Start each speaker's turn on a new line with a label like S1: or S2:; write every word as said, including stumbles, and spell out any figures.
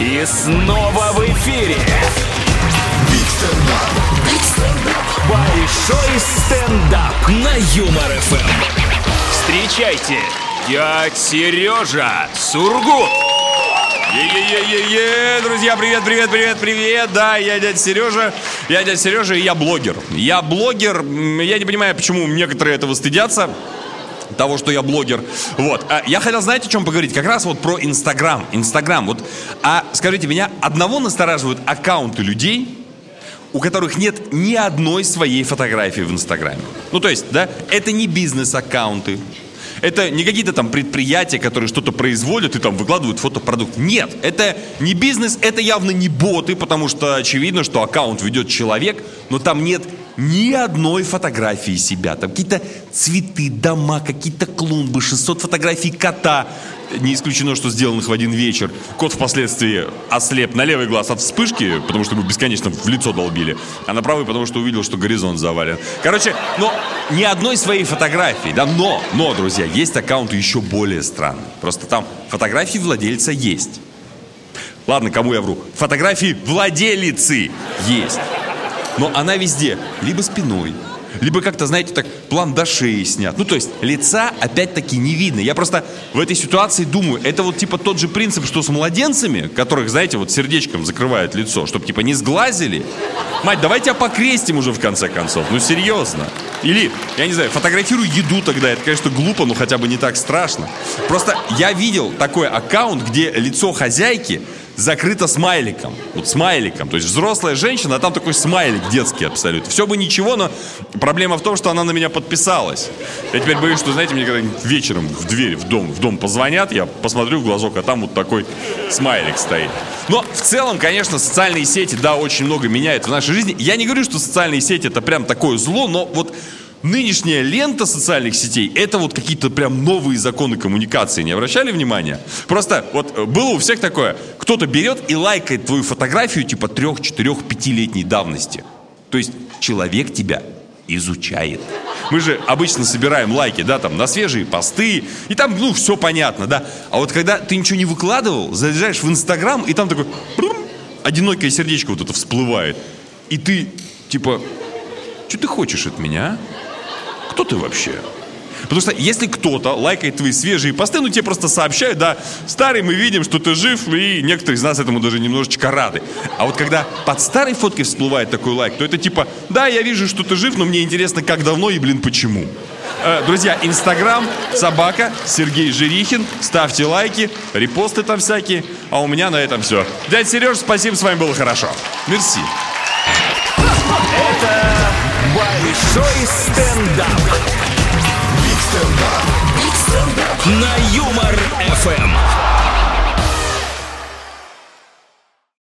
S1: И снова в эфире большой стендап на Юмор эф эм. Встречайте, дядь Сережа Сургут.
S2: Е-е-е-е-е, друзья, привет, привет, привет, привет. Да, я дядя Сережа, я дядя Сережа, и я блогер. Я блогер, я не понимаю, почему некоторые этого стыдятся, того, что я блогер. Вот, а я хотел, знаете, о чем поговорить? Как раз вот про Инстаграм. Инстаграм, вот, а скажите, меня одного настораживают аккаунты людей, у которых нет ни одной своей фотографии в Инстаграме. Ну, то есть, да, это не бизнес-аккаунты. Это не какие-то там предприятия, которые что-то производят и там выкладывают фотопродукт. Нет, это не бизнес, это явно не боты, потому что очевидно, что аккаунт ведет человек, но там нет ни одной фотографии себя. Там какие-то цветы, дома, какие-то клумбы, шестьсот фотографий кота. Не исключено, что сделанных в один вечер. Кот впоследствии ослеп на левый глаз от вспышки, потому что ему бесконечно в лицо долбили, а на правый, потому что увидел, что горизонт завален. Короче, но ни одной своей фотографии, да, но, но, друзья, есть аккаунты еще более странные. Просто там фотографии владельца есть. Ладно, кому я вру? Фотографии владелицы есть. Но она везде либо спиной, либо как-то, знаете, так план до шеи снят. Ну, то есть лица опять-таки не видно. Я просто в этой ситуации думаю, это вот типа тот же принцип, что с младенцами, которых, знаете, вот сердечком закрывают лицо, чтобы типа не сглазили. Мать, давайте тебя покрестим уже в конце концов. Ну, серьезно. Или, я не знаю, фотографируй еду тогда. Это, конечно, глупо, но хотя бы не так страшно. Просто я видел такой аккаунт, где лицо хозяйки закрыто смайликом. Вот смайликом. То есть взрослая женщина, а там такой смайлик детский абсолютно. Все бы ничего, но проблема в том, что она на меня подписалась. Я теперь боюсь, что, знаете, мне когда-нибудь вечером в дверь, в дом, в дом позвонят, я посмотрю в глазок, а там вот такой смайлик стоит. Но в целом, конечно, социальные сети, да, очень много меняют в нашей жизни. Я не говорю, что социальные сети это прям такое зло, но вот нынешняя лента социальных сетей — это вот какие-то прям новые законы коммуникации. Не обращали внимания? Просто вот было у всех такое. Кто-то берет и лайкает твою фотографию типа трех, четырех, пятилетней давности. То есть человек тебя изучает. Мы же обычно собираем лайки, да, там, на свежие посты, и там, ну, все понятно, да. А вот когда ты ничего не выкладывал, залезаешь в Инстаграм, и там такой одинокое сердечко вот это всплывает. И ты, типа, что ты хочешь от меня, а? Кто ты вообще? Потому что если кто-то лайкает твои свежие посты, ну тебе просто сообщают, да, старый, мы видим, что ты жив, и некоторые из нас этому даже немножечко рады. А вот когда под старой фоткой всплывает такой лайк, то это типа, да, я вижу, что ты жив, но мне интересно, как давно и, блин, почему. Э, друзья, Инстаграм, собака, Сергей Жирихин, ставьте лайки, репосты там всякие, а у меня на этом все. Дядя Сереж, спасибо, с вами было хорошо. Мерси.
S1: Это большой стендап.